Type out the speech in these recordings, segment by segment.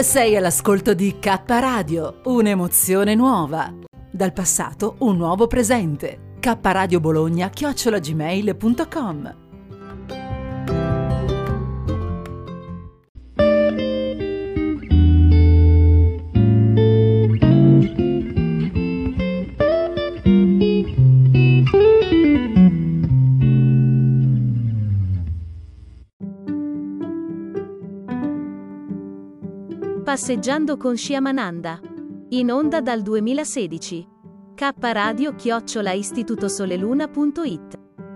Sei all'ascolto di K Radio, un'emozione nuova. Dal passato un nuovo presente. kradiobologna@gmail.com. Passeggiando con Shyamananda. In onda dal 2016. K Radio @istitutosoleluna.it.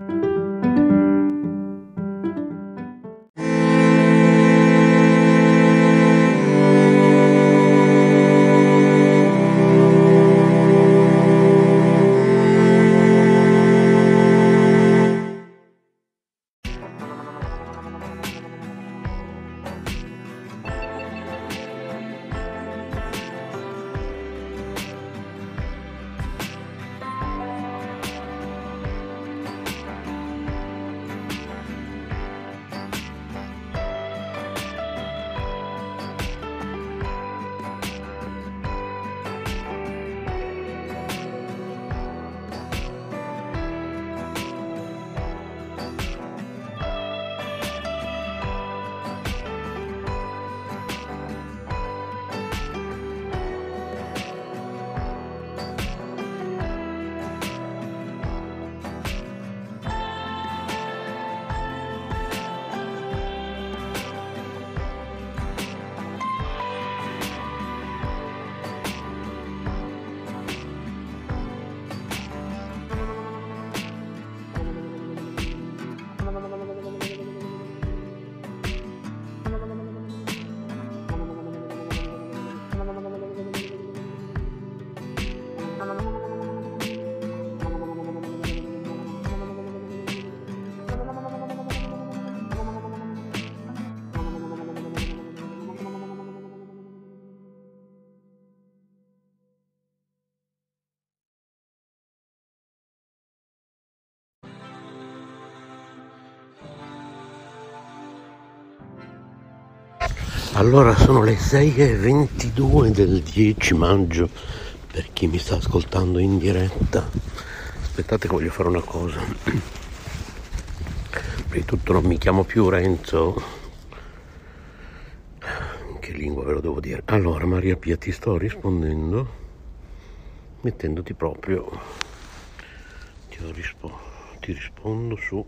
Allora sono le 6:22 del 10 maggio per chi mi sta ascoltando in diretta. Aspettate che voglio fare una cosa. Prima di tutto non mi chiamo più Renzo. In che lingua ve lo devo dire? Allora Maria Pia, ti sto rispondendo mettendoti proprio ti rispondo su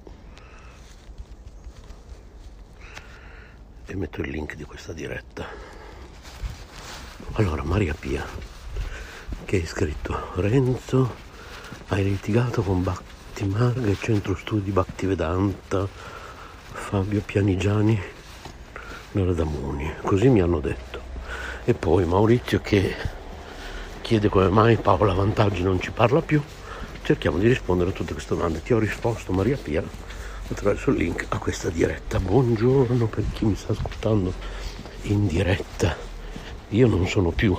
e metto il link di questa diretta. Allora Maria Pia, che hai scritto: Renzo, hai litigato con Bhakti Marga e Centro Studi Bhaktivedanta, Fabio Pianigiani, Narada Muni, così mi hanno detto. E poi Maurizio che chiede come mai Paola Vantaggi non ci parla più. Cerchiamo di rispondere a tutte queste domande. Ti ho risposto Maria Pia attraverso il link a questa diretta. Buongiorno per chi mi sta ascoltando in diretta. Io non sono più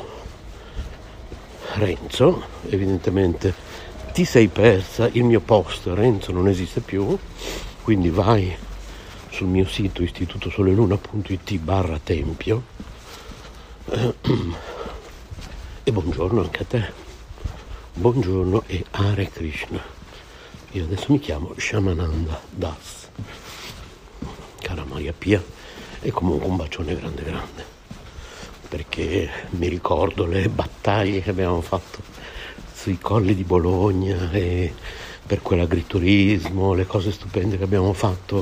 Renzo, evidentemente ti sei persa il mio post. Renzo non esiste più, quindi vai sul mio sito istitutosoleluna.it/tempio e buongiorno anche a te. Buongiorno e Hare Krishna. Io adesso mi chiamo Shyamananda Das. Cara Maria Pia, e comunque un bacione grande grande, perché mi ricordo le battaglie che abbiamo fatto sui colli di Bologna e per quell'agriturismo, le cose stupende che abbiamo fatto.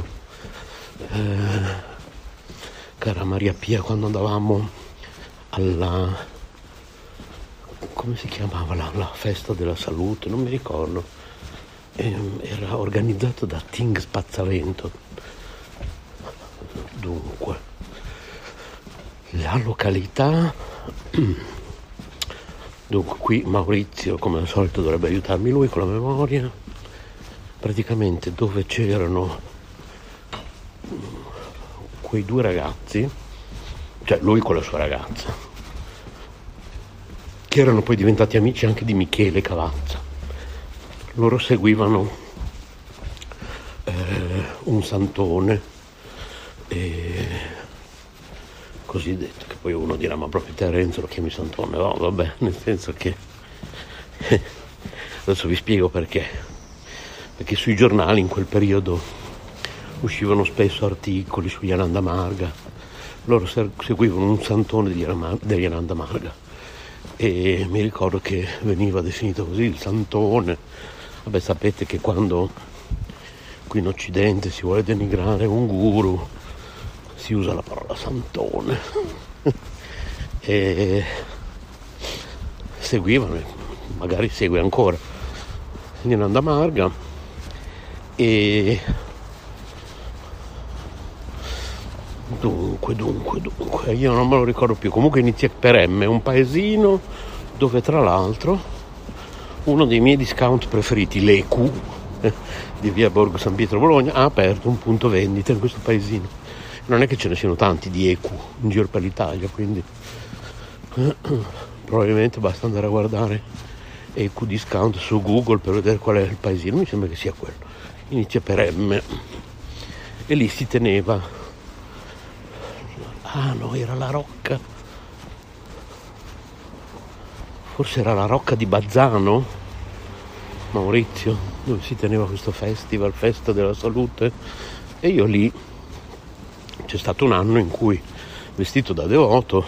Cara Maria Pia, quando andavamo alla, come si chiamava, la festa della salute, non mi ricordo, era organizzato da Ting Spazzavento. Dunque la località, dunque qui Maurizio come al solito dovrebbe aiutarmi lui con la memoria. Praticamente dove c'erano quei due ragazzi, cioè lui con la sua ragazza, che erano poi diventati amici anche di Michele Cavazza. Loro seguivano un santone cosiddetto, che poi uno dirà ma proprio te Renzo lo chiami Santone? No, vabbè, nel senso che adesso vi spiego perché sui giornali in quel periodo uscivano spesso articoli sugli Ananda Marga, loro seguivano un santone degli Ananda Marga e mi ricordo che veniva definito così il santone. Vabbè, sapete che quando qui in Occidente si vuole denigrare un guru si usa la parola santone e seguivano, magari segue ancora gli Ananda Marga e dunque io non me lo ricordo più, comunque inizia per M, un paesino dove tra l'altro uno dei miei discount preferiti, l'EQ di via Borgo San Pietro Bologna, ha aperto un punto vendita in questo paesino. Non è che ce ne siano tanti di EQ in giro per l'Italia, quindi probabilmente basta andare a guardare EQ discount su Google per vedere qual è il paesino. Mi sembra che sia quello, inizia per M e lì si teneva, era la Rocca, forse era la Rocca di Bazzano, Maurizio, dove si teneva questo festival, Festa della Salute, e io lì c'è stato un anno in cui, vestito da devoto,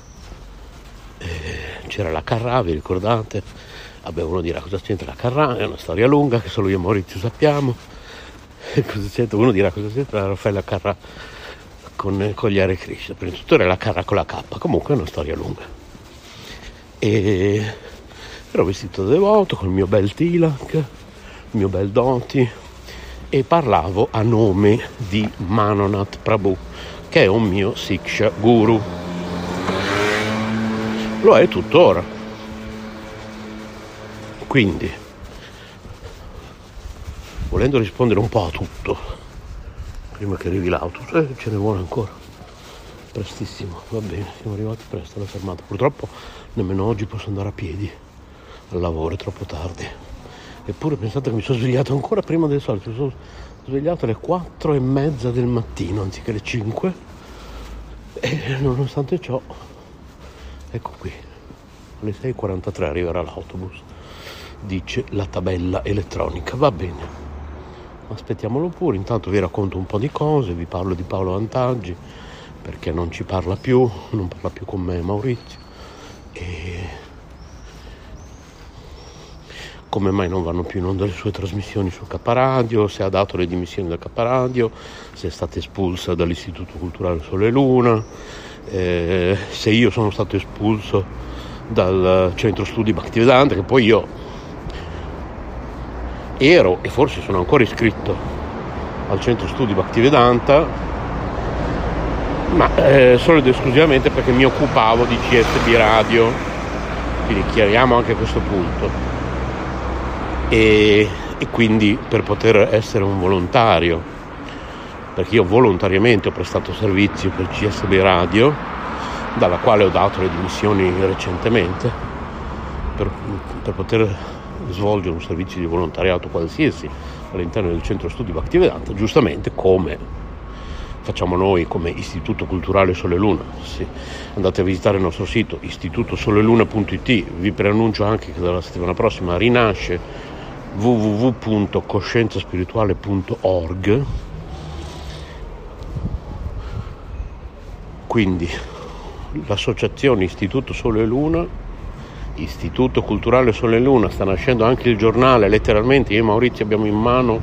c'era la Carrà, vi ricordate? Vabbè, uno dirà cosa c'entra la Carrà, è una storia lunga che solo io e Maurizio sappiamo. Cosa c'entra? Uno dirà cosa c'entra la Raffaella Carrà con gli Hare Krishna. Prima di tutto era la Carrà con la K, comunque è una storia lunga. E ero vestito da devoto con il mio bel tilak, il mio bel dhoti, e parlavo a nome di Manonath Prabhu, che è un mio Siksha Guru. Lo è tuttora. Quindi, volendo rispondere un po' a tutto, prima che arrivi l'autobus, ce ne vuole ancora, prestissimo, va bene, siamo arrivati presto alla fermata. Purtroppo nemmeno oggi posso andare a piedi al lavoro, è troppo tardi. Eppure pensate che mi sono svegliato ancora prima del solito, mi sono svegliato alle 4:30 del mattino anziché le 5 e nonostante ciò ecco qui, alle 6:43 arriverà l'autobus, dice la tabella elettronica. Va bene, aspettiamolo pure, intanto vi racconto un po' di cose, vi parlo di Paolo Vantaggi perché non parla più con me Maurizio, e come mai non vanno più in onda le sue trasmissioni su K Radio, se ha dato le dimissioni da K Radio, se è stata espulsa dall'Istituto Culturale Sole e Luna, se io sono stato espulso dal Centro Studi Bhaktivedanta, che poi io ero e forse sono ancora iscritto al Centro Studi Bhaktivedanta, ma solo ed esclusivamente perché mi occupavo di CSB Radio, quindi chiariamo anche questo punto. E quindi per poter essere un volontario, perché io volontariamente ho prestato servizio per CSB Radio, dalla quale ho dato le dimissioni recentemente, per poter svolgere un servizio di volontariato qualsiasi all'interno del Centro Studi Bhaktivedanta, giustamente come facciamo noi come Istituto Culturale Sole e Luna. Sì. Andate a visitare il nostro sito istitutosoleluna.it, vi preannuncio anche che dalla settimana prossima rinasce www.coscienzaspirituale.org, quindi l'associazione Istituto Sole e Luna, Istituto Culturale Sole e Luna, sta nascendo anche il giornale, letteralmente io e Maurizio abbiamo in mano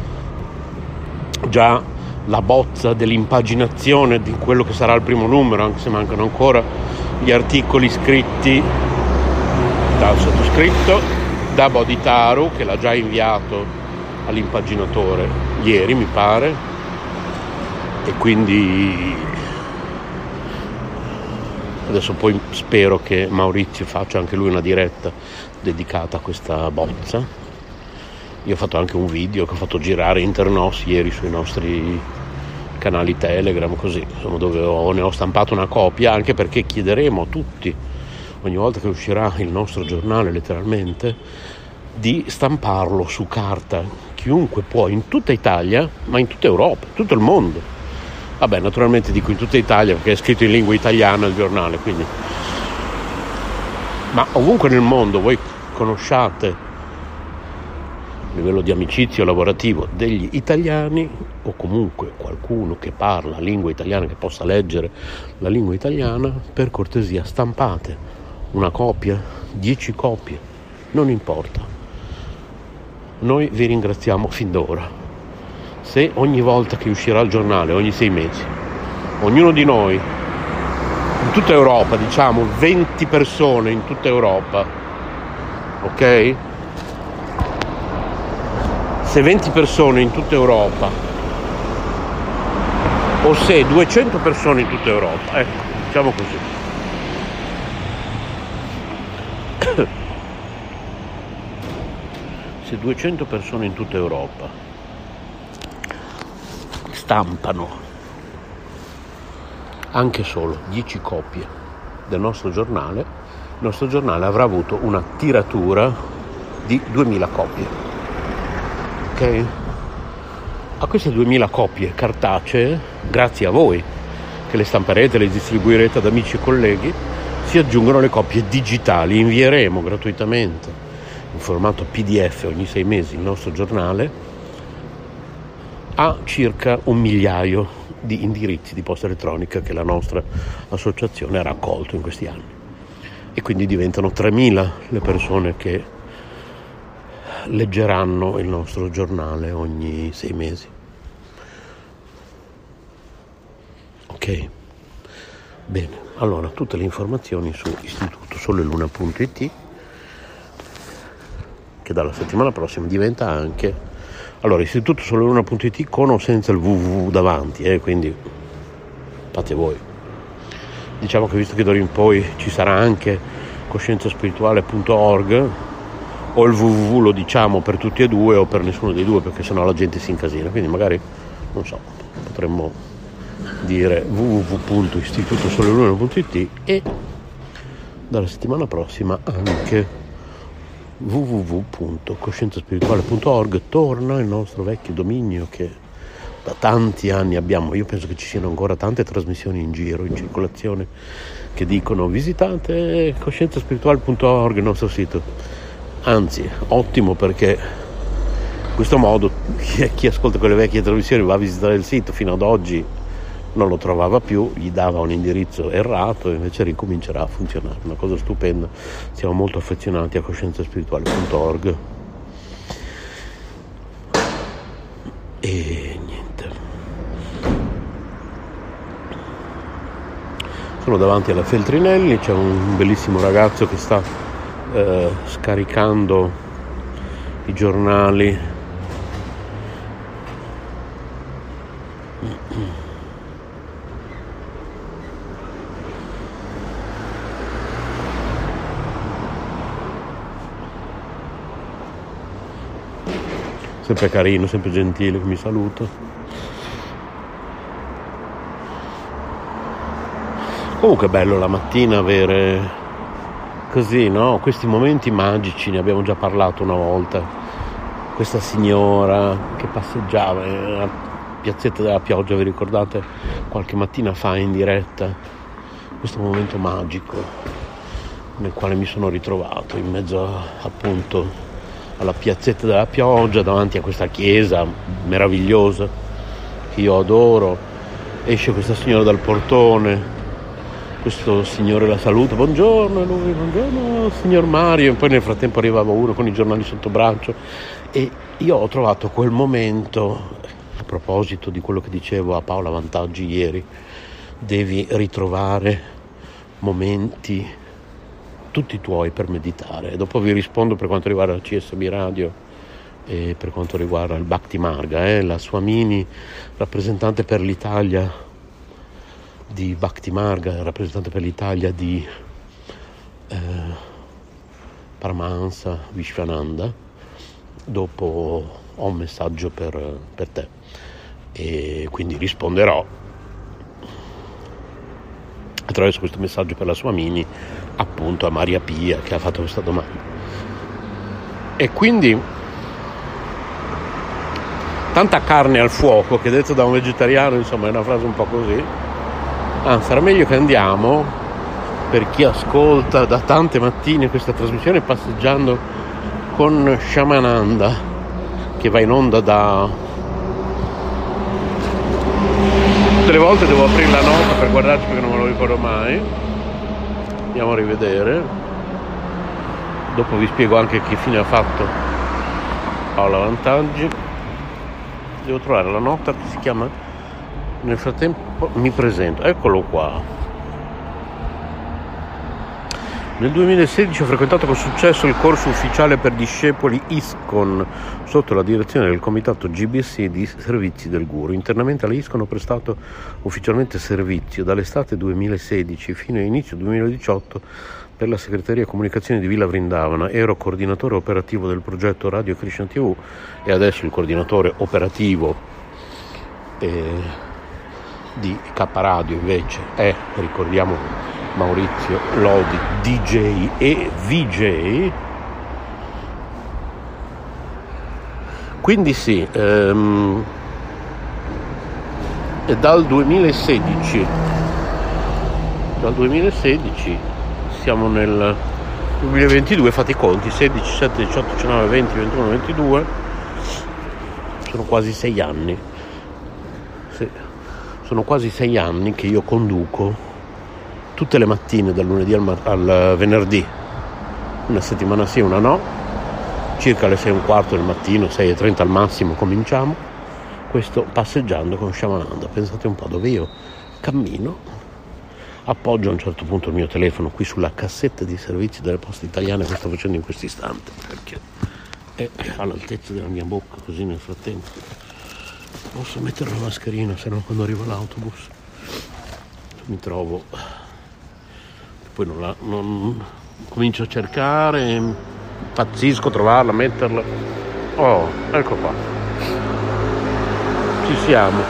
già la bozza dell'impaginazione di quello che sarà il primo numero, anche se mancano ancora gli articoli scritti dal sottoscritto, da Bodhitaru, che l'ha già inviato all'impaginatore ieri mi pare, e quindi adesso poi spero che Maurizio faccia anche lui una diretta dedicata a questa bozza. Io ho fatto anche un video che ho fatto girare internos ieri sui nostri canali Telegram, così, insomma, dove ne ho stampato una copia, anche perché chiederemo a tutti, ogni volta che uscirà il nostro giornale letteralmente, di stamparlo su carta, chiunque può, in tutta Italia, ma in tutta Europa, tutto il mondo, Vabbè, naturalmente dico in tutta Italia perché è scritto in lingua italiana il giornale, quindi. Ma ovunque nel mondo voi conosciate a livello di amicizio lavorativo degli italiani o comunque qualcuno che parla lingua italiana, che possa leggere la lingua italiana, per cortesia stampate una copia, 10 copie, non importa. Noi vi ringraziamo fin d'ora. Se ogni volta che uscirà il giornale, ogni 6 mesi, ognuno di noi, in tutta Europa, diciamo 20 persone in tutta Europa, ok? Se 20 persone in tutta Europa, o se 200 persone in tutta Europa, ecco, diciamo così, se 200 persone in tutta Europa stampano anche solo 10 copie del nostro giornale, il nostro giornale avrà avuto una tiratura di 2000 copie. Ok? A queste 2000 copie cartacee, grazie a voi che le stamperete, le distribuirete ad amici e colleghi, si aggiungono le copie digitali. Invieremo gratuitamente in formato PDF ogni 6 mesi il nostro giornale a circa 1 migliaio di indirizzi di posta elettronica che la nostra associazione ha raccolto in questi anni, e quindi diventano 3.000 le persone che leggeranno il nostro giornale ogni 6 mesi. Ok, bene, allora tutte le informazioni su istitutosoleluna.it, che dalla settimana prossima diventa anche istitutosoleluna.it con o senza il www davanti, quindi fate voi. Diciamo che visto che d'ora in poi ci sarà anche coscienzaspirituale.org, o il www lo diciamo per tutti e due o per nessuno dei due, perché sennò la gente si incasina, quindi magari, non so, potremmo dire www.istitutosoleluna.it e dalla settimana prossima anche www.coscienzaspirituale.org. torna il nostro vecchio dominio che da tanti anni abbiamo. Io penso che ci siano ancora tante trasmissioni in giro, in circolazione, che dicono visitate coscienzaspirituale.org, il nostro sito. Anzi, ottimo, perché in questo modo chi ascolta quelle vecchie trasmissioni va a visitare il sito, fino ad oggi non lo trovava più, gli dava un indirizzo errato, e invece ricomincerà a funzionare. Una cosa stupenda. Siamo molto affezionati a coscienzaspirituale.org. E niente, sono davanti alla Feltrinelli, c'è un bellissimo ragazzo che sta scaricando i giornali sempre carino, sempre gentile, che mi saluta. Comunque è bello la mattina avere così, no? Questi momenti magici, ne abbiamo già parlato una volta. Questa signora che passeggiava nella piazzetta della Pioggia, vi ricordate? Qualche mattina fa in diretta. Questo momento magico nel quale mi sono ritrovato in mezzo appunto alla piazzetta della Pioggia, davanti a questa chiesa meravigliosa che io adoro. Esce questa signora dal portone, questo signore la saluta, buongiorno, e lui, buongiorno signor Mario, e poi nel frattempo arrivava uno con i giornali sotto braccio, e io ho trovato quel momento, a proposito di quello che dicevo a Paola Vantaggi ieri, devi ritrovare momenti tutti tuoi per meditare. E dopo vi rispondo per quanto riguarda il CSB Radio e per quanto riguarda il Bhakti Marga, la Swamini, rappresentante per l'Italia di Bhakti Marga, rappresentante per l'Italia di Paramahansa Vishwananda. Dopo ho un messaggio per te, e quindi risponderò attraverso questo messaggio per la Swamini appunto a Maria Pia, che ha fatto questa domanda. E quindi tanta carne al fuoco, che detto da un vegetariano insomma è una frase un po' così. Sarà meglio che andiamo, per chi ascolta da tante mattine questa trasmissione, passeggiando con Shamananda, che va in onda da... tutte le volte devo aprire la nota per guardarci perché non me lo ricordo mai. Andiamo a rivedere, dopo vi spiego anche che fine ha fatto Paola Vantaggi. Devo trovare la nota che si chiama, nel frattempo mi presento, eccolo qua. Nel 2016 ho frequentato con successo il corso ufficiale per discepoli ISKCON sotto la direzione del comitato GBC di servizi del Guru. Internamente alla ISKCON ho prestato ufficialmente servizio dall'estate 2016 fino all'inizio 2018 per la segreteria comunicazione di Villa Vrindavana. Ero coordinatore operativo del progetto Radio Krishna TV e adesso il coordinatore operativo di K Radio invece è, ricordiamo, Maurizio Lodi, DJ e VJ. Quindi sì, è dal 2016 siamo nel 2022, fate i conti, 16, 17, 18, 19, 20, 21, 22, sono quasi 6 anni. Sì, sono quasi 6 anni che io conduco tutte le mattine dal lunedì al venerdì, una settimana sì, una no, circa alle 6:15 del mattino, 6:30 al massimo cominciamo questo passeggiando con Shamananda. Pensate un po', dove io cammino, appoggio a un certo punto il mio telefono qui sulla cassetta di servizi delle poste italiane che sto facendo in questo istante, perché è all'altezza della mia bocca, così nel frattempo posso mettere la mascherina, se no quando arrivo all'autobus mi trovo, poi non comincio a cercare, impazzisco a trovarla, metterla. Oh, ecco qua, ci siamo.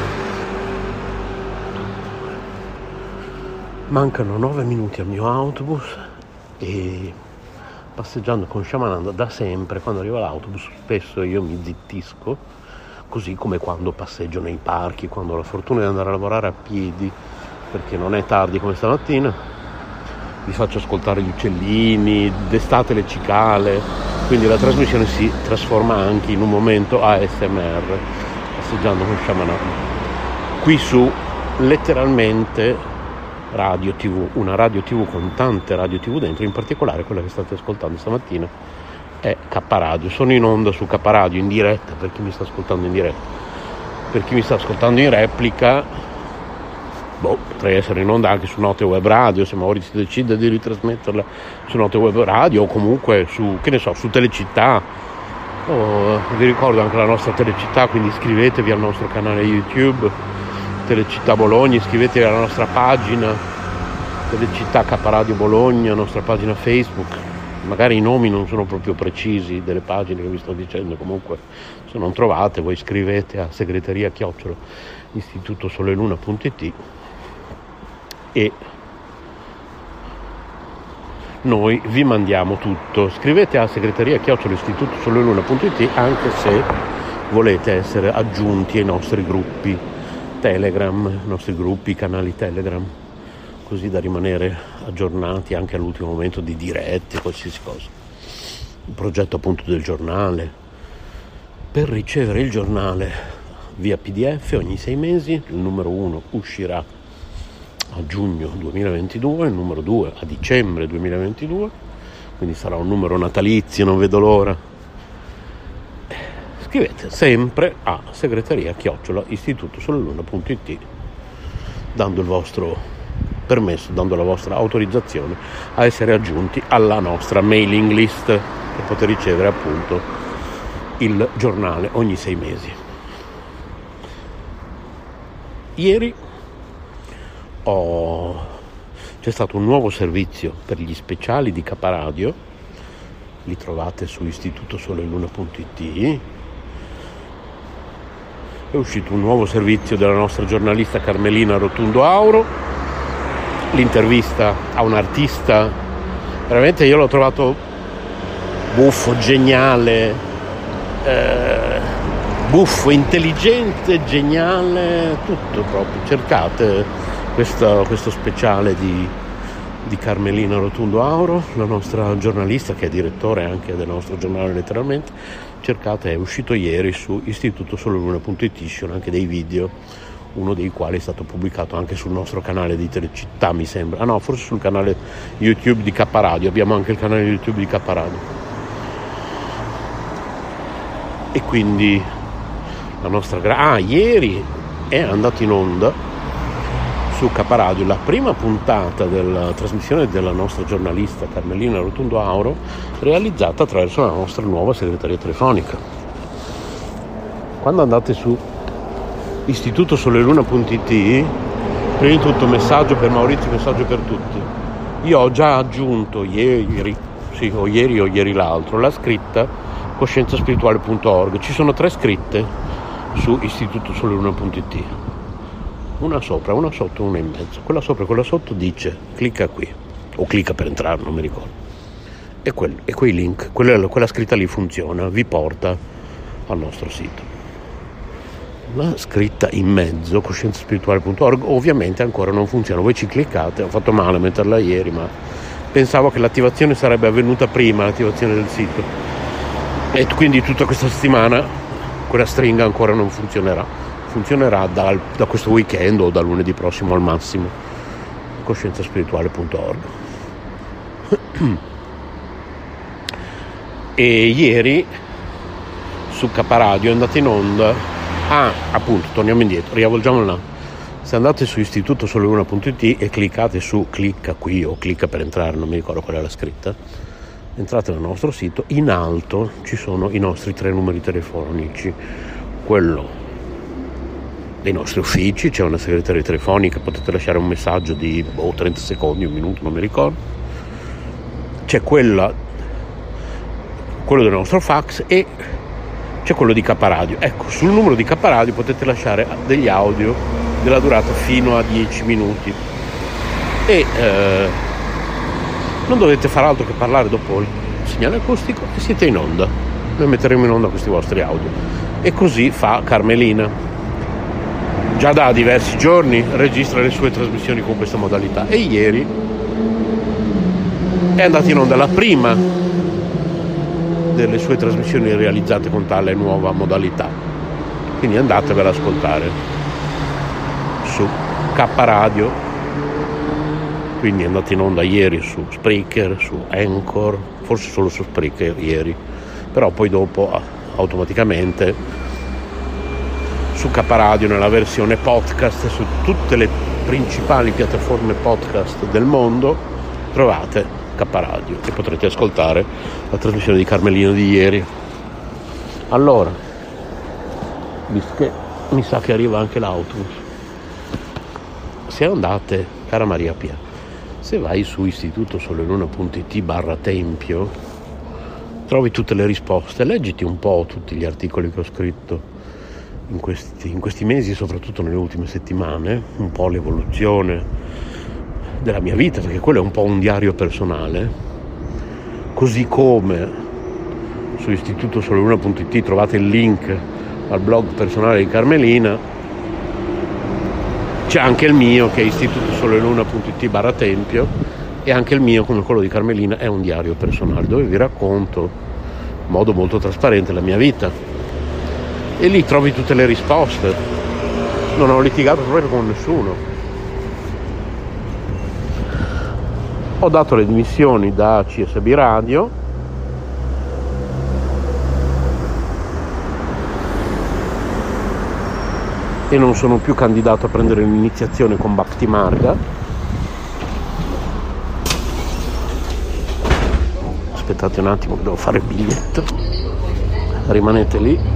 Mancano 9 minuti al mio autobus e passeggiando con Shamananda da sempre, quando arrivo all'autobus spesso io mi zittisco, così come quando passeggio nei parchi, quando ho la fortuna di andare a lavorare a piedi perché non è tardi come stamattina. Vi faccio ascoltare gli uccellini, d'estate le cicale, quindi la trasmissione si trasforma anche in un momento ASMR, passeggiando con Shamananda. Qui su letteralmente radio TV, una radio TV con tante radio TV dentro, in particolare quella che state ascoltando stamattina è K Radio. Sono in onda su K Radio in diretta per chi mi sta ascoltando in diretta. Per chi mi sta ascoltando in replica, potrei essere in onda anche su Note Web Radio, se Maurizio decide di ritrasmetterla su Note Web Radio o comunque su, che ne so, su Telecittà. Vi ricordo anche la nostra Telecittà, quindi iscrivetevi al nostro canale YouTube Telecittà Bologna, iscrivetevi alla nostra pagina Telecittà K Radio Bologna, nostra pagina Facebook. Magari i nomi non sono proprio precisi delle pagine che vi sto dicendo, comunque se non trovate voi scrivete a segreteria@istitutosoleluna.it e noi vi mandiamo tutto. Scrivete a segreteria@istitutosoleluna.it anche se volete essere aggiunti ai nostri gruppi Telegram, nostri gruppi, canali Telegram, così da rimanere aggiornati anche all'ultimo momento di dirette, qualsiasi cosa. Il progetto appunto del giornale. Per ricevere il giornale via PDF ogni 6 mesi, il numero 1 uscirà a giugno 2022, il numero 2 a dicembre 2022, quindi sarà un numero natalizio, non vedo l'ora. Scrivete sempre a segreteria@istitutosoleluna.it dando il vostro permesso, dando la vostra autorizzazione a essere aggiunti alla nostra mailing list per poter ricevere appunto il giornale ogni 6 mesi. Ieri c'è stato un nuovo servizio per gli speciali di K Radio, li trovate su istitutosoleluna.it. È uscito un nuovo servizio della nostra giornalista Carmelina Rotundo Auro, l'intervista a un artista, veramente io l'ho trovato buffo, geniale, buffo, intelligente, geniale, tutto proprio. Cercate questo speciale di Carmelina Rotundo Auro, la nostra giornalista che è direttore anche del nostro giornale letteralmente. Cercate, è uscito ieri su istitutosoleluna.it, ci sono anche dei video, uno dei quali è stato pubblicato anche sul nostro canale di Telecittà, mi sembra. No, forse sul canale YouTube di K Radio, abbiamo anche il canale YouTube di K Radio. E quindi la nostra ieri è andato in onda su K Radio la prima puntata della trasmissione della nostra giornalista Carmelina Rotundo Auro, realizzata attraverso la nostra nuova segreteria telefonica. Quando andate su istitutosoleluna.it, prima di tutto messaggio per Maurizio, messaggio per tutti. Io ho già aggiunto ieri o ieri l'altro la scritta coscienzaspirituale.org. Ci sono 3 scritte su istitutosoleluna.it, una sopra, una sotto, una in mezzo. Quella sopra e quella sotto dice clicca qui o clicca per entrare, non mi ricordo, e quei link, quella scritta lì funziona, vi porta al nostro sito. La scritta in mezzo, coscienzaspirituale.org, ovviamente ancora non funziona. Voi ci cliccate, ho fatto male a metterla ieri, ma pensavo che l'attivazione sarebbe avvenuta prima, l'attivazione del sito, e quindi tutta questa settimana quella stringa ancora non funzionerà. Funzionerà da questo weekend o da lunedì prossimo al massimo. Coscienzaspirituale.org. E ieri su K Radio è andata in onda. Appunto, torniamo indietro, riavvolgiamo là. Se andate su istitutosoleluna.it e cliccate su clicca qui o clicca per entrare, non mi ricordo qual è la scritta, entrate nel nostro sito. In alto ci sono i nostri 3 numeri telefonici, quello dei nostri uffici, c'è una segreteria telefonica, potete lasciare un messaggio di 30 secondi, un minuto, non mi ricordo. C'è quello del nostro fax e c'è quello di K Radio. Ecco, sul numero di K Radio potete lasciare degli audio della durata fino a 10 minuti e non dovete fare altro che parlare dopo il segnale acustico e siete in onda. Noi metteremo in onda questi vostri audio, e così fa Carmelina. Già da diversi giorni registra le sue trasmissioni con questa modalità, e ieri è andata in onda la prima delle sue trasmissioni realizzate con tale nuova modalità, quindi andatevela ad ascoltare su K Radio. Quindi è andata in onda ieri su Spreaker, su Anchor, forse solo su Spreaker ieri, però poi dopo automaticamente su K Radio nella versione podcast, su tutte le principali piattaforme podcast del mondo trovate K Radio e potrete ascoltare la trasmissione di Carmelino di ieri. Allora, visto che mi sa che arriva anche l'autobus, se andate, cara Maria Pia, se vai su istitutosoleluna.it/tempio trovi tutte le risposte. Leggiti un po' tutti gli articoli che ho scritto in questi mesi, soprattutto nelle ultime settimane, un po' l'evoluzione della mia vita, perché quello è un po' un diario personale, così come su istitutosoleluna.it trovate il link al blog personale di Carmelina, c'è anche il mio che è istitutosoleluna.it/tempio, e anche il mio, come quello di Carmelina, è un diario personale dove vi racconto in modo molto trasparente la mia vita. E lì trovi tutte le risposte. Non ho litigato proprio con nessuno. Ho dato le dimissioni da CSB Radio, e non sono più candidato a prendere l'iniziazione con Bhakti Marga. Aspettate un attimo che devo fare il biglietto. Rimanete lì.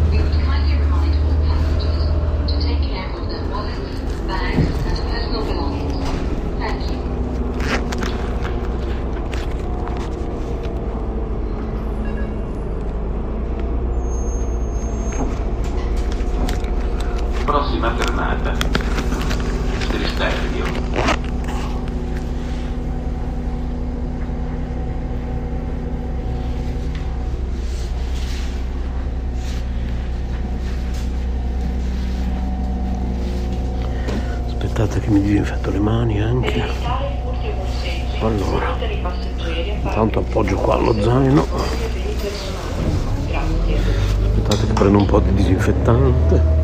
Prossima fermata Tristerdio. Aspettate che mi disinfetto le mani anche. Allora, intanto appoggio qua lo zaino. Aspettate che prendo un po' di disinfettante.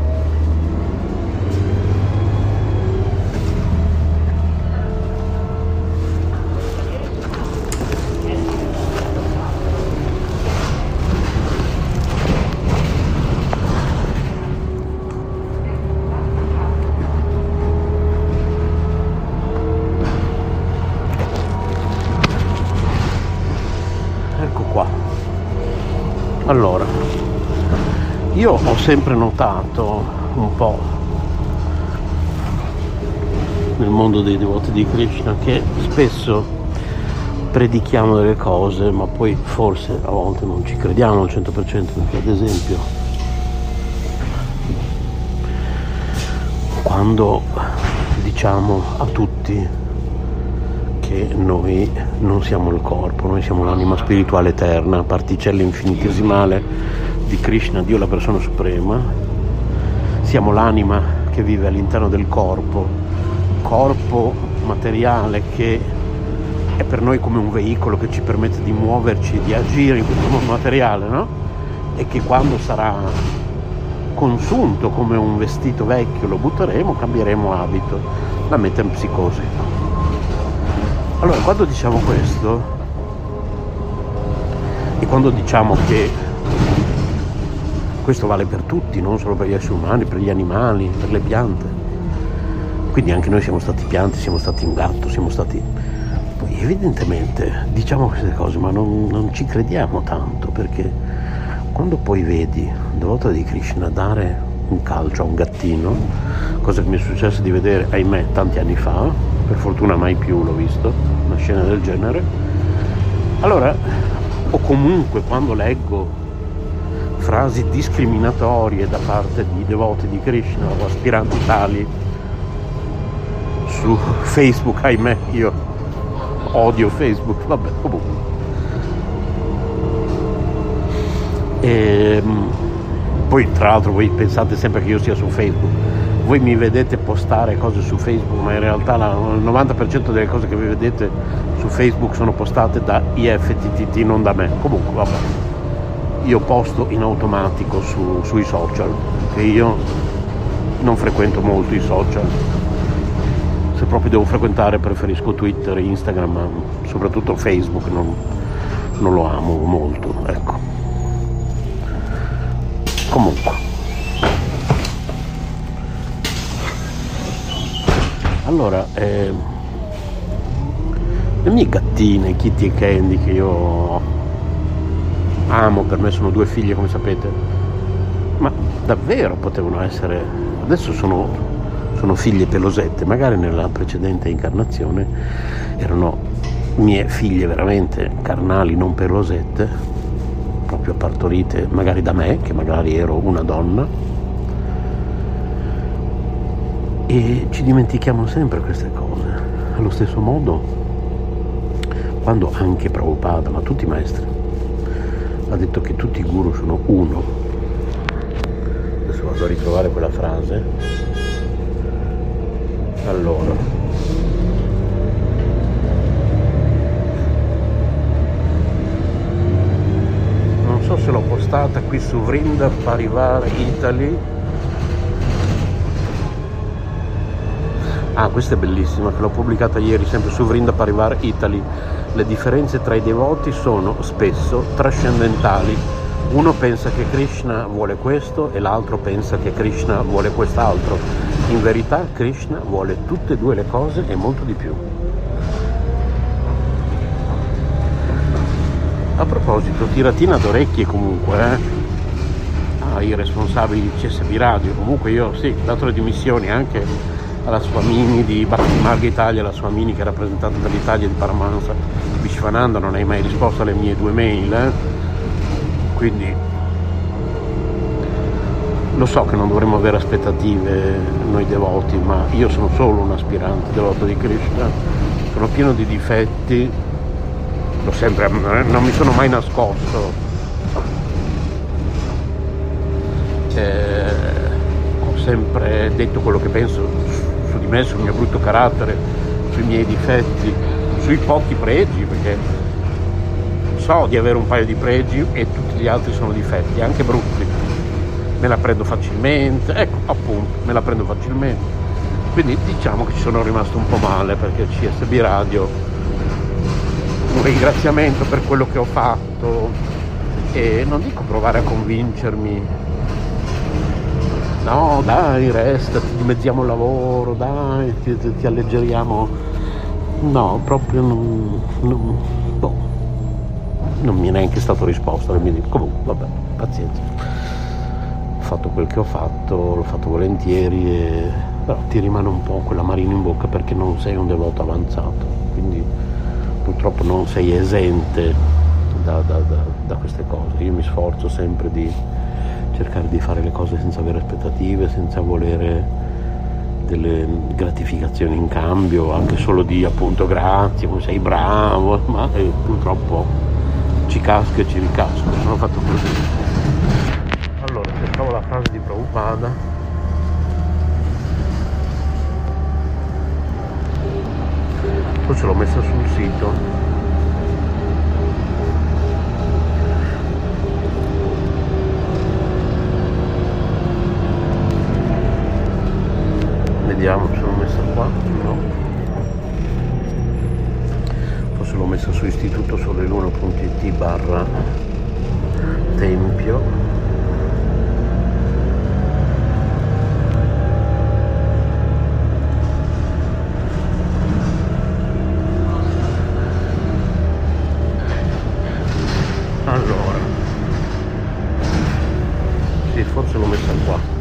Allora, io ho sempre notato un po' nel mondo dei devoti di Krishna che spesso predichiamo delle cose, ma poi forse a volte non ci crediamo al 100%, perché ad esempio quando diciamo a tutti che noi non siamo il corpo, noi siamo l'anima spirituale eterna, particella infinitesimale di Krishna, Dio la persona suprema, siamo l'anima che vive all'interno del corpo materiale che è per noi come un veicolo che ci permette di muoverci, di agire in questo mondo materiale, no? E che quando sarà consunto come un vestito vecchio lo butteremo, cambieremo abito, la metempsicosi. Allora, quando diciamo questo e quando diciamo che questo vale per tutti, non solo per gli esseri umani, per gli animali, per le piante, quindi anche noi siamo stati piante, siamo stati un gatto, siamo stati... Poi evidentemente diciamo queste cose, ma non ci crediamo tanto, perché quando poi vedi devota di Krishna dare un calcio a un gattino, cosa che mi è successo di vedere, ahimè, tanti anni fa, per fortuna mai più l'ho visto, una scena del genere. Allora, o comunque quando leggo frasi discriminatorie da parte di devoti di Krishna o aspiranti tali su Facebook, ahimè, io odio Facebook, vabbè, comunque. E poi tra l'altro voi pensate sempre che io sia su Facebook. Voi mi vedete postare cose su Facebook, ma in realtà il 90% delle cose che vi vedete su Facebook sono postate da IFTTT, non da me. Comunque, vabbè, io posto in automatico sui social, che io non frequento molto i social. Se proprio devo frequentare preferisco Twitter, Instagram, ma soprattutto Facebook non lo amo molto, ecco. Comunque. Allora, le mie gattine, Kitty e Candy, che io amo, per me sono due figlie come sapete, ma davvero potevano essere, adesso sono figlie pelosette, magari nella precedente incarnazione erano mie figlie veramente carnali, non pelosette, proprio partorite magari da me, che magari ero una donna. E ci dimentichiamo sempre queste cose. Allo stesso modo, quando anche Prabhupada, ma tutti i maestri, ha detto che tutti i guru sono uno. Adesso vado a ritrovare quella frase. Allora, non so se l'ho postata qui su Vrinda Parivar Italy. Ah, questa è bellissima, che l'ho pubblicata ieri sempre su Vrinda Parivar Italy. Le differenze tra i devoti sono spesso trascendentali. Uno pensa che Krishna vuole questo e l'altro pensa che Krishna vuole quest'altro. In verità Krishna vuole tutte e due le cose e molto di più. A proposito, tiratina d'orecchie comunque, ai responsabili di CSB Radio. Comunque io sì, dato le dimissioni anche alla Swamini di Bhakti Marga Italia, la Swamini che è rappresentante dall'Italia di Paramahansa Vishwananda, non hai mai risposto alle mie 2 mail, quindi lo so che non dovremmo avere aspettative noi devoti, ma io sono solo un aspirante devoto di Krishna, sono pieno di difetti, l'ho sempre, non mi sono mai nascosto, ho sempre detto quello che penso su di me, sul mio brutto carattere, sui miei difetti, sui pochi pregi, perché so di avere un paio di pregi e tutti gli altri sono difetti, anche brutti. Me la prendo facilmente, ecco, appunto, me la prendo facilmente. Quindi diciamo che ci sono rimasto un po' male, perché CSB Radio, un ringraziamento per quello che ho fatto, e non dico provare a convincermi, no dai resta, ti dimezziamo il lavoro, dai ti alleggeriamo, no, proprio non mi è neanche stato risposto. Comunque vabbè, pazienza, ho fatto quel che ho fatto, l'ho fatto volentieri, però ti rimane un po' quella marina in bocca, perché non sei un devoto avanzato, quindi purtroppo non sei esente da queste cose. Io mi sforzo sempre di cercare di fare le cose senza avere aspettative, senza volere delle gratificazioni in cambio, anche solo di appunto grazie, sei bravo, ma purtroppo ci casco e ci ricasco, sono fatto così. Allora, cercavo la frase di Prabhupada, poi ce l'ho messa sul sito. Vediamo se l'ho messa qua, no, forse l'ho messa su istitutosoleluna.it/tempio. Allora, sì, forse l'ho messa qua.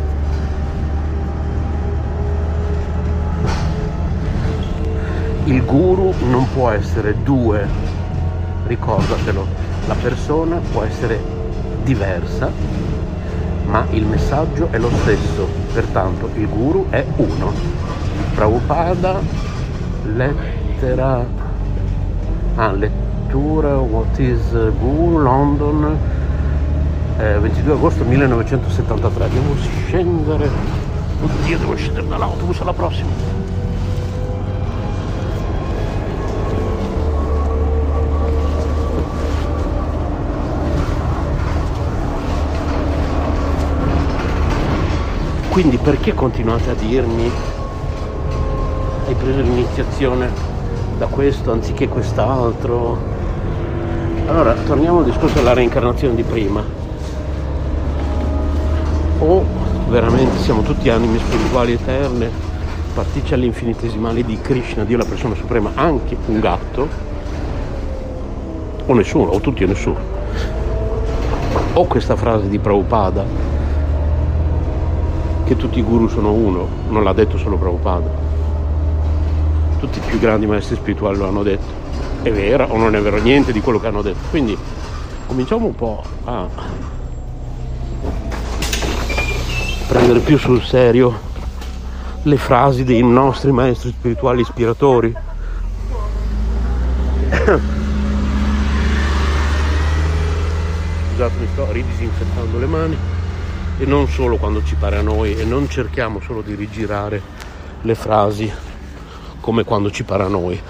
Il guru non può essere due, ricordatelo, la persona può essere diversa, ma il messaggio è lo stesso, pertanto il guru è uno. Prabhupada, lettura, What is Guru, London, 22 agosto 1973. Devo scendere, oddio, devo scendere dall'autobus alla prossima. Quindi perché continuate a dirmi hai preso l'iniziazione da questo anziché quest'altro? Allora, torniamo al discorso della reincarnazione di prima. O veramente siamo tutti anime spirituali eterne, particelle infinitesimali di Krishna, Dio la persona suprema, anche un gatto, o nessuno, o tutti o nessuno. O questa frase di Prabhupada, che tutti i guru sono uno, non l'ha detto solo Prabhupada, tutti i più grandi maestri spirituali lo hanno detto. È vero o non è vero niente di quello che hanno detto? Quindi cominciamo un po' a prendere più sul serio le frasi dei nostri maestri spirituali ispiratori. Scusate, mi sto ridisinfettando le mani. E non solo quando ci pare a noi, e non cerchiamo solo di rigirare le frasi come quando ci pare a noi.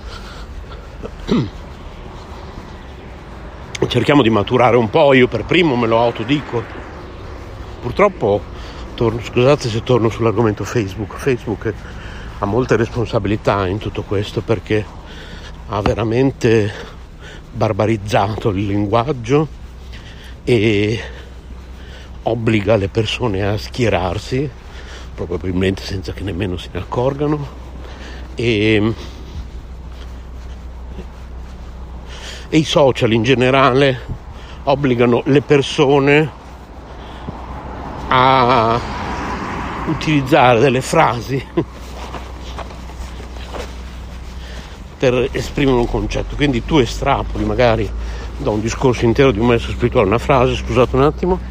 Cerchiamo di maturare un po', io per primo me lo autodico. Purtroppo, scusate se torno sull'argomento Facebook ha molte responsabilità in tutto questo, perché ha veramente barbarizzato il linguaggio e obbliga le persone a schierarsi, probabilmente senza che nemmeno se ne accorgano, e i social in generale obbligano le persone a utilizzare delle frasi per esprimere un concetto. Quindi tu estrapoli magari da un discorso intero di un maestro spirituale una frase, scusate un attimo.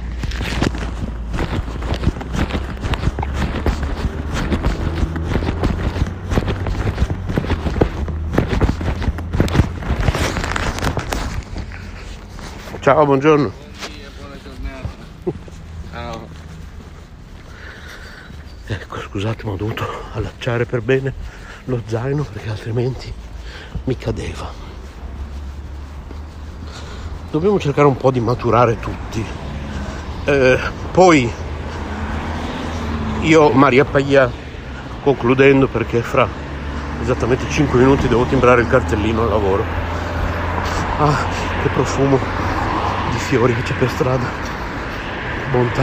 Ciao, buongiorno. Buona giornata. Ciao. Ecco, scusate, ma ho dovuto allacciare per bene lo zaino perché altrimenti mi cadeva. Dobbiamo cercare un po' di maturare tutti. Poi io, Maria Paglia, concludendo, perché fra esattamente 5 minuti devo timbrare il cartellino al lavoro. Ah, che profumo di fiori che c'è per strada, bontà.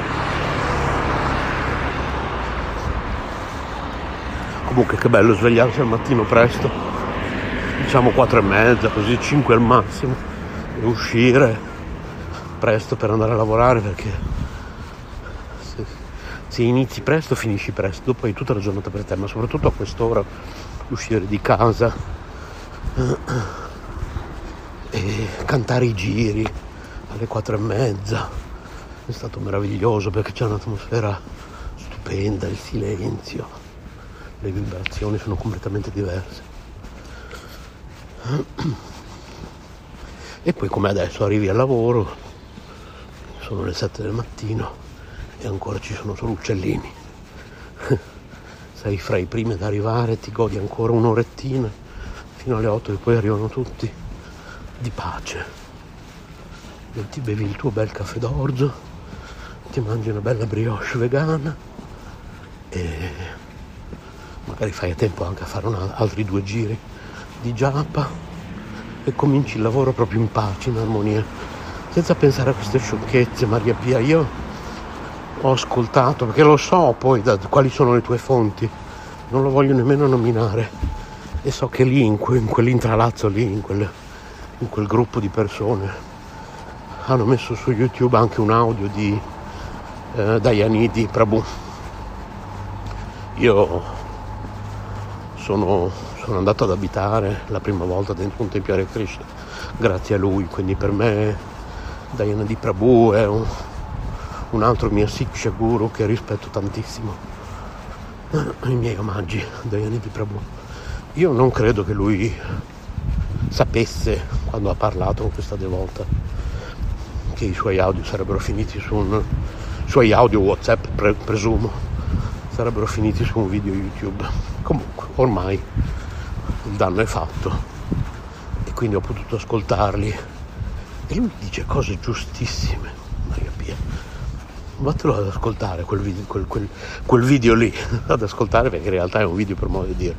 Comunque che bello svegliarsi al mattino presto, diciamo 4:30, così 5 al massimo, e uscire presto per andare a lavorare, perché se inizi presto finisci presto, dopo hai tutta la giornata per te, ma soprattutto a quest'ora uscire di casa e cantare i giri alle 4:30 è stato meraviglioso, perché c'è un'atmosfera stupenda, il silenzio, le vibrazioni sono completamente diverse. E poi, come adesso, arrivi al lavoro, sono le 7 del mattino e ancora ci sono solo uccellini. Sei fra i primi ad arrivare, ti godi ancora un'orettina fino alle 8 e poi arrivano tutti, di pace. E ti bevi il tuo bel caffè d'orzo, ti mangi una bella brioche vegana e magari fai a tempo anche a fare altri 2 giri di giappa e cominci il lavoro proprio in pace, in armonia, senza pensare a queste sciocchezze. Maria Pia, io ho ascoltato, perché lo so poi quali sono le tue fonti, non lo voglio nemmeno nominare, e so che lì in quell'intralazzo lì, in quel gruppo di persone, hanno messo su YouTube anche un audio di Dayanidhi Prabhu. Io sono andato ad abitare la prima volta dentro un tempio Hare Krishna grazie a lui, quindi per me Dayanidhi Prabhu è un altro mio Siksha Guru che rispetto tantissimo. I miei omaggi a Dayanidhi Prabhu. Io non credo che lui sapesse, quando ha parlato con questa devota, che i suoi audio sarebbero finiti suoi audio WhatsApp, presumo, sarebbero finiti su un video YouTube. Comunque, ormai il danno è fatto e quindi ho potuto ascoltarli e lui dice cose giustissime. Maria Pia, vattelo ad ascoltare quel video lì, ad ascoltare, perché in realtà è un video, per modo di dire.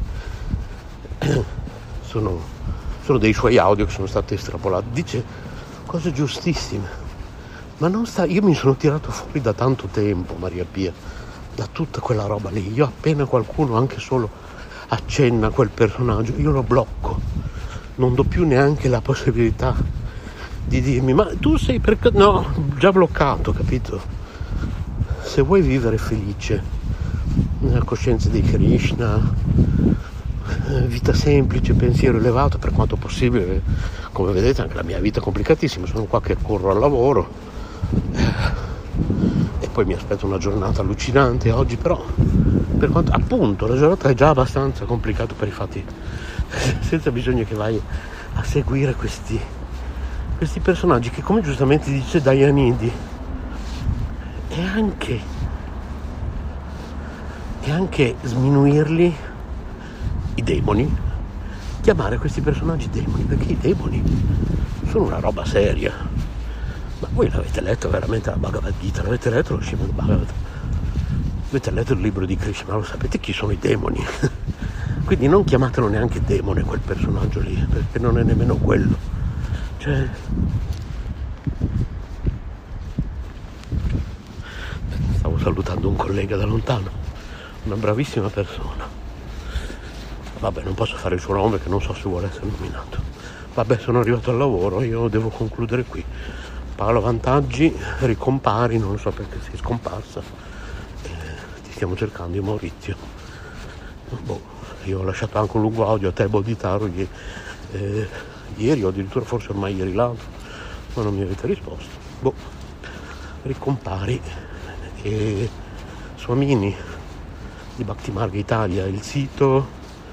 Sono dei suoi audio che sono stati estrapolati. Dice cose giustissime, ma io mi sono tirato fuori da tanto tempo, Maria Pia, da tutta quella roba lì. Io appena qualcuno anche solo accenna a quel personaggio, io lo blocco, non do più neanche la possibilità di dirmi ma tu sei no, già bloccato, capito? Se vuoi vivere felice nella coscienza di Krishna, vita semplice, pensiero elevato, per quanto possibile, come vedete anche la mia vita è complicatissima, sono qua che corro al lavoro e poi mi aspetto una giornata allucinante oggi, però per quanto appunto la giornata è già abbastanza complicata per i fatti, senza bisogno che vai a seguire questi personaggi che, come giustamente dice Dayanidhi, e anche sminuirli, i demoni, chiamare questi personaggi demoni, perché i demoni sono una roba seria. Ma voi l'avete letto veramente la Bhagavad Gita, l'avete letto lo Srimad Bhagavatam, avete letto il libro di Krishna, lo sapete chi sono i demoni. Quindi non chiamatelo neanche demone quel personaggio lì, perché non è nemmeno quello. Cioè, stavo salutando un collega da lontano, una bravissima persona. Vabbè, non posso fare il suo nome perché non so se vuole essere nominato. Vabbè, sono arrivato al lavoro, io devo concludere qui. Paolo Vantaggi, ricompari, non so perché sei scomparsa. Ti stiamo cercando, io Maurizio. Io ho lasciato anche un lungo audio a te, Bodhitaro, ieri o addirittura forse ormai ieri l'altro, ma non mi avete risposto. Ricompari e Swamini di Bhakti Marga Italia, il sito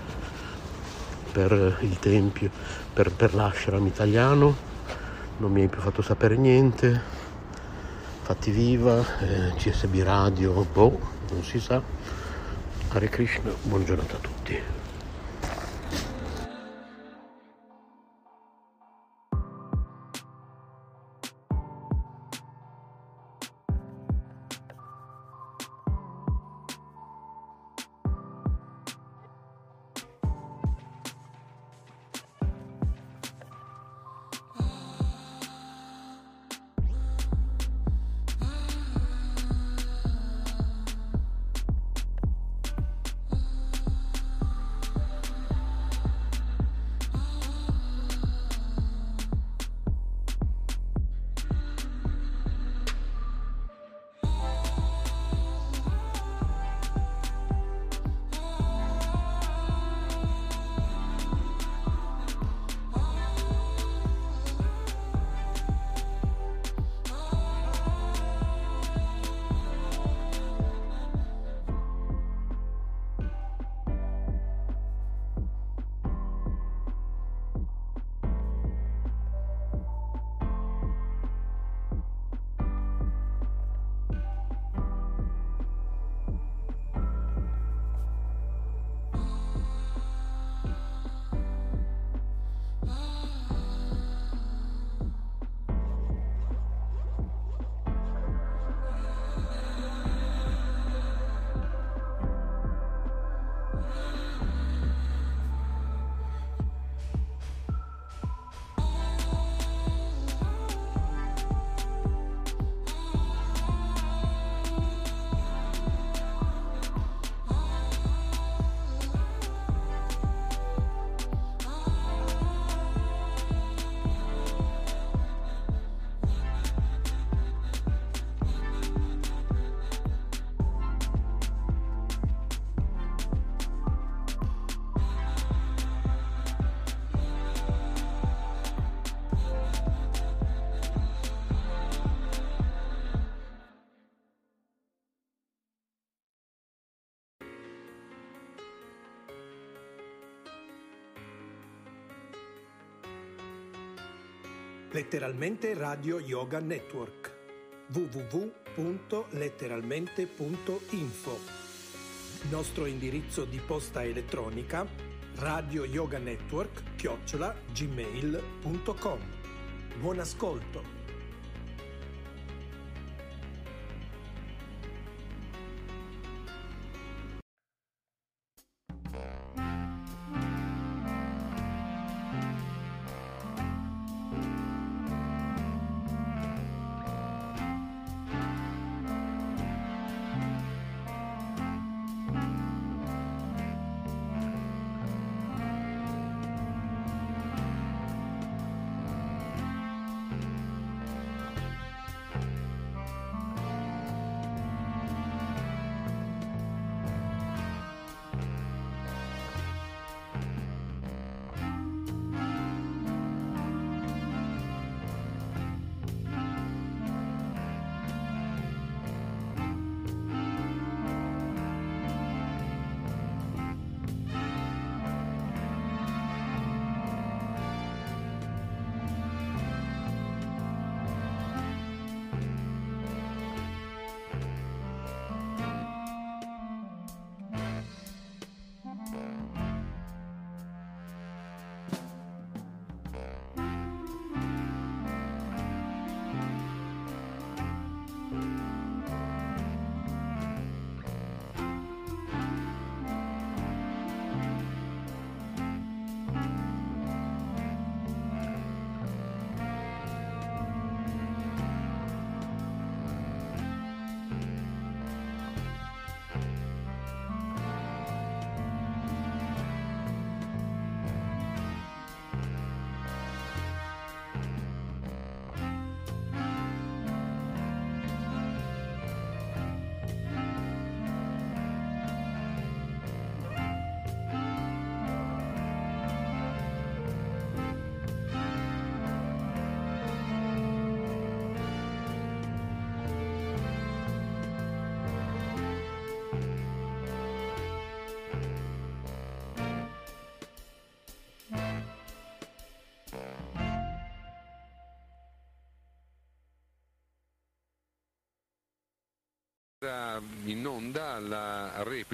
per il tempio, per l'ashram italiano, non mi hai più fatto sapere niente. Fatti viva, CSB Radio, non si sa. Hare Krishna, buona giornata a tutti. Letteralmente Radio Yoga Network. www.letteralmente.info. Nostro indirizzo di posta elettronica radioyoganetwork@gmail.com. Buon ascolto.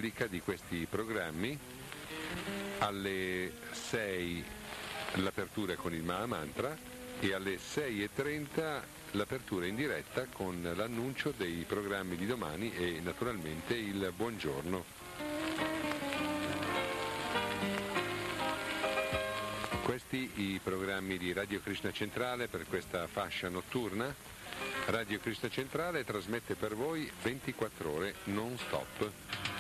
replica di questi programmi. Alle 6 l'apertura con il Mahamantra e alle 6:30 l'apertura in diretta con l'annuncio dei programmi di domani e naturalmente il buongiorno. Questi i programmi di Radio Krishna Centrale per questa fascia notturna. Radio Krishna Centrale trasmette per voi 24 ore non stop.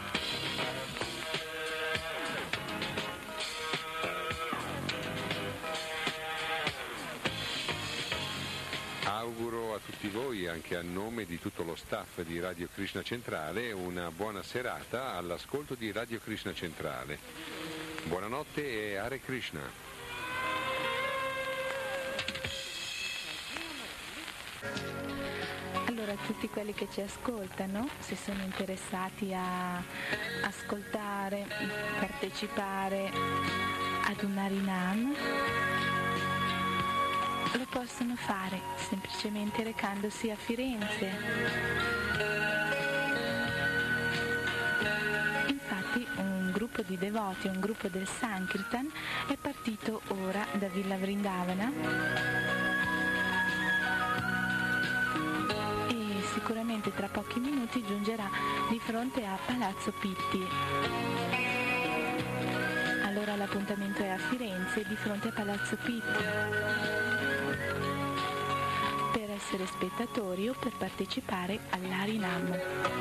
Auguro a tutti voi, anche a nome di tutto lo staff di Radio Krishna Centrale, una buona serata all'ascolto di Radio Krishna Centrale. Buonanotte e Hare Krishna. Allora, tutti quelli che ci ascoltano, se sono interessati a ascoltare, partecipare ad un Harinam, lo possono fare semplicemente recandosi a Firenze. Infatti un gruppo di devoti, un gruppo del Sankirtan è partito ora da Villa Vrindavana e sicuramente tra pochi minuti giungerà di fronte a Palazzo Pitti. Allora l'appuntamento è a Firenze di fronte a Palazzo Pitti per essere spettatori o per partecipare all'Harinam.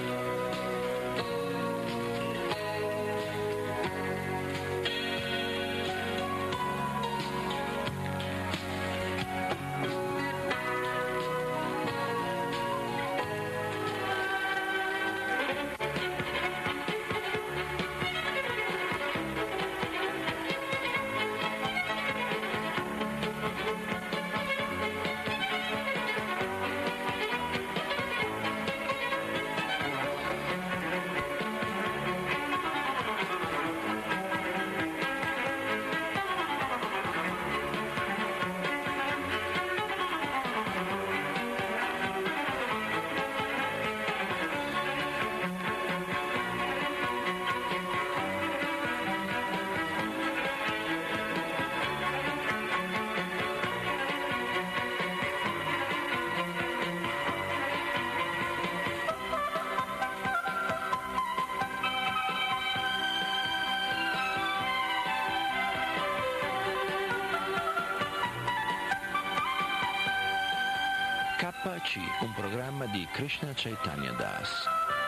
KC, un programma di Krishna Chaitanya Das.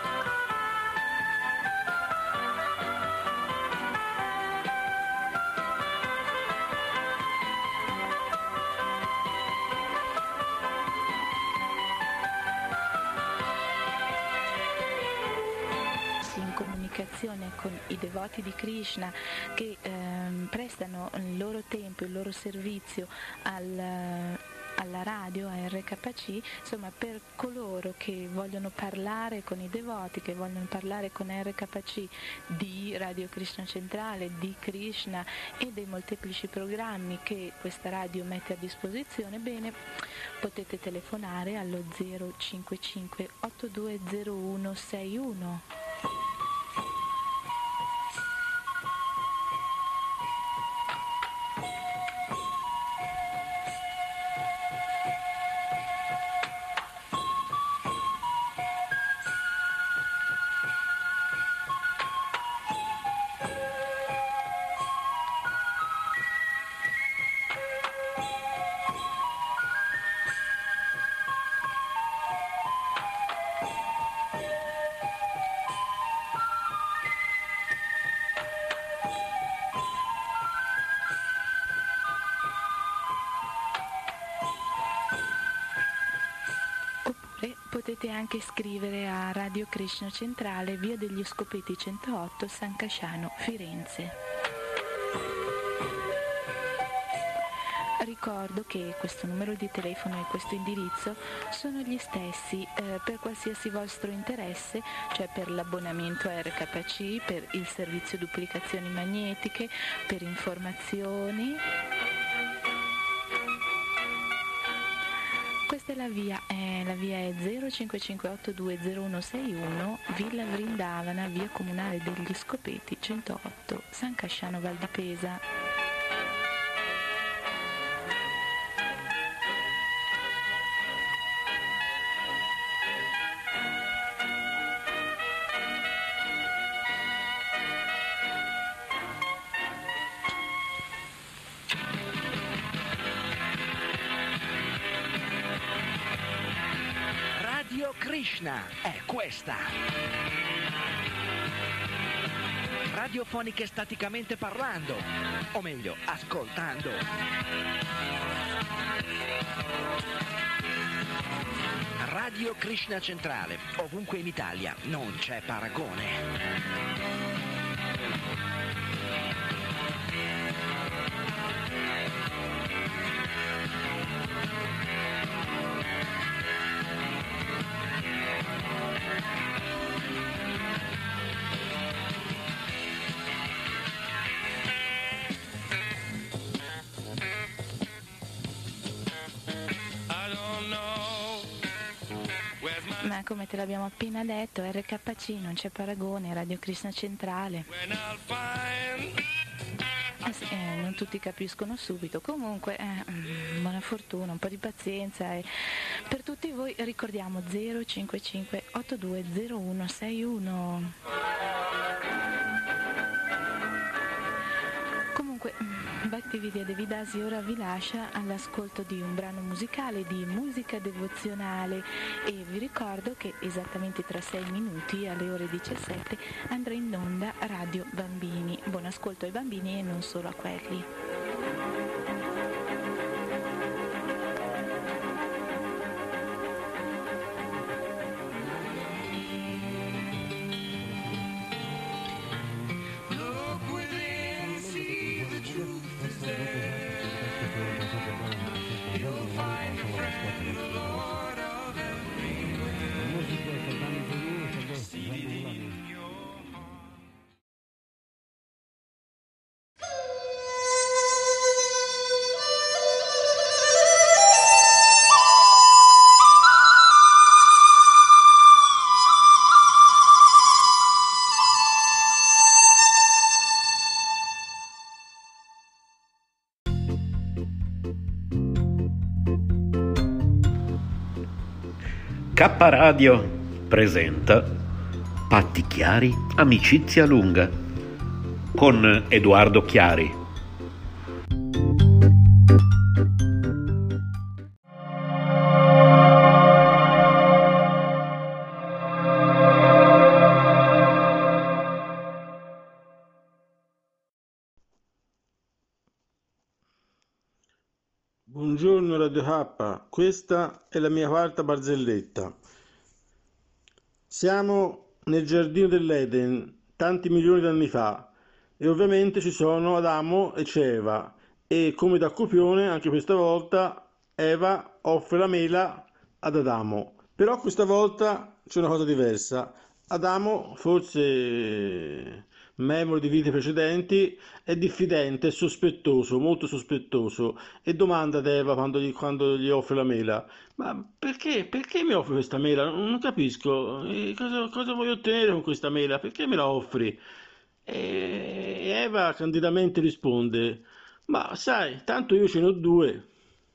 In comunicazione con i devoti di Krishna che prestano il loro tempo, il loro servizio alla radio, a RKC, insomma per coloro che vogliono parlare con i devoti, che vogliono parlare con RKC di Radio Krishna Centrale, di Krishna e dei molteplici programmi che questa radio mette a disposizione, bene, potete telefonare allo 055 820161. Potete anche scrivere a Radio Krishna Centrale, via degli Scopeti 108, San Casciano, Firenze. Ricordo che questo numero di telefono e questo indirizzo sono gli stessi per qualsiasi vostro interesse, cioè per l'abbonamento a RKC, per il servizio duplicazioni magnetiche, per informazioni. Questa Questa è la via è 0558206161, Villa Vrindavana, via Comunale degli Scopeti 108, San Casciano Val di Pesa. Radio Krishna è questa. Radiofoniche staticamente parlando, o meglio, ascoltando. Radio Krishna Centrale, ovunque in Italia, non c'è paragone. Ma come te l'abbiamo appena detto, RKC, non c'è paragone, Radio Krishna Centrale. Non tutti capiscono subito, comunque buona fortuna, un po' di pazienza e per tutti voi ricordiamo 055820161. Comunque Bhaktivedanta Devidasi ora vi lascia all'ascolto di un brano musicale di musica devozionale e vi ricordo che esattamente tra 6 minuti alle ore 17 andrà in onda Radio Bambini. Buon ascolto ai bambini e non solo a quelli. K Radio presenta Patti Chiari, amicizia lunga con Edoardo Chiari. Buongiorno Radio K, questa è la mia quarta barzelletta. Siamo nel giardino dell'Eden, tanti milioni di anni fa, e ovviamente ci sono Adamo e c'è Eva, e come da copione anche questa volta Eva offre la mela ad Adamo. Però questa volta c'è una cosa diversa. Adamo, forse memore di vite precedenti, è diffidente, è sospettoso, molto sospettoso, e domanda ad Eva quando gli offre la mela: ma perché mi offri questa mela? Non capisco, cosa voglio ottenere con questa mela? Perché me la offri? E Eva candidamente risponde: ma sai, tanto io ce ne ho due.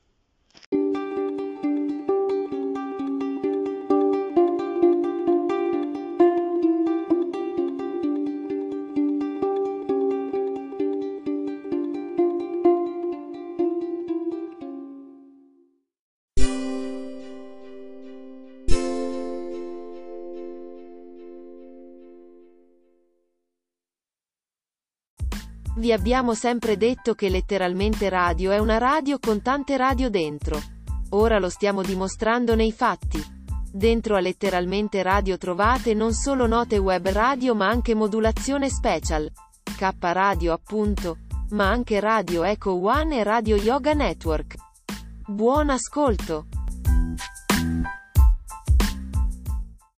Vi abbiamo sempre detto che Letteralmente Radio è una radio con tante radio dentro. Ora lo stiamo dimostrando nei fatti. Dentro a Letteralmente Radio trovate non solo note web radio ma anche modulazione special. K Radio appunto. Ma anche Radio Echo One e Radio Yoga Network. Buon ascolto!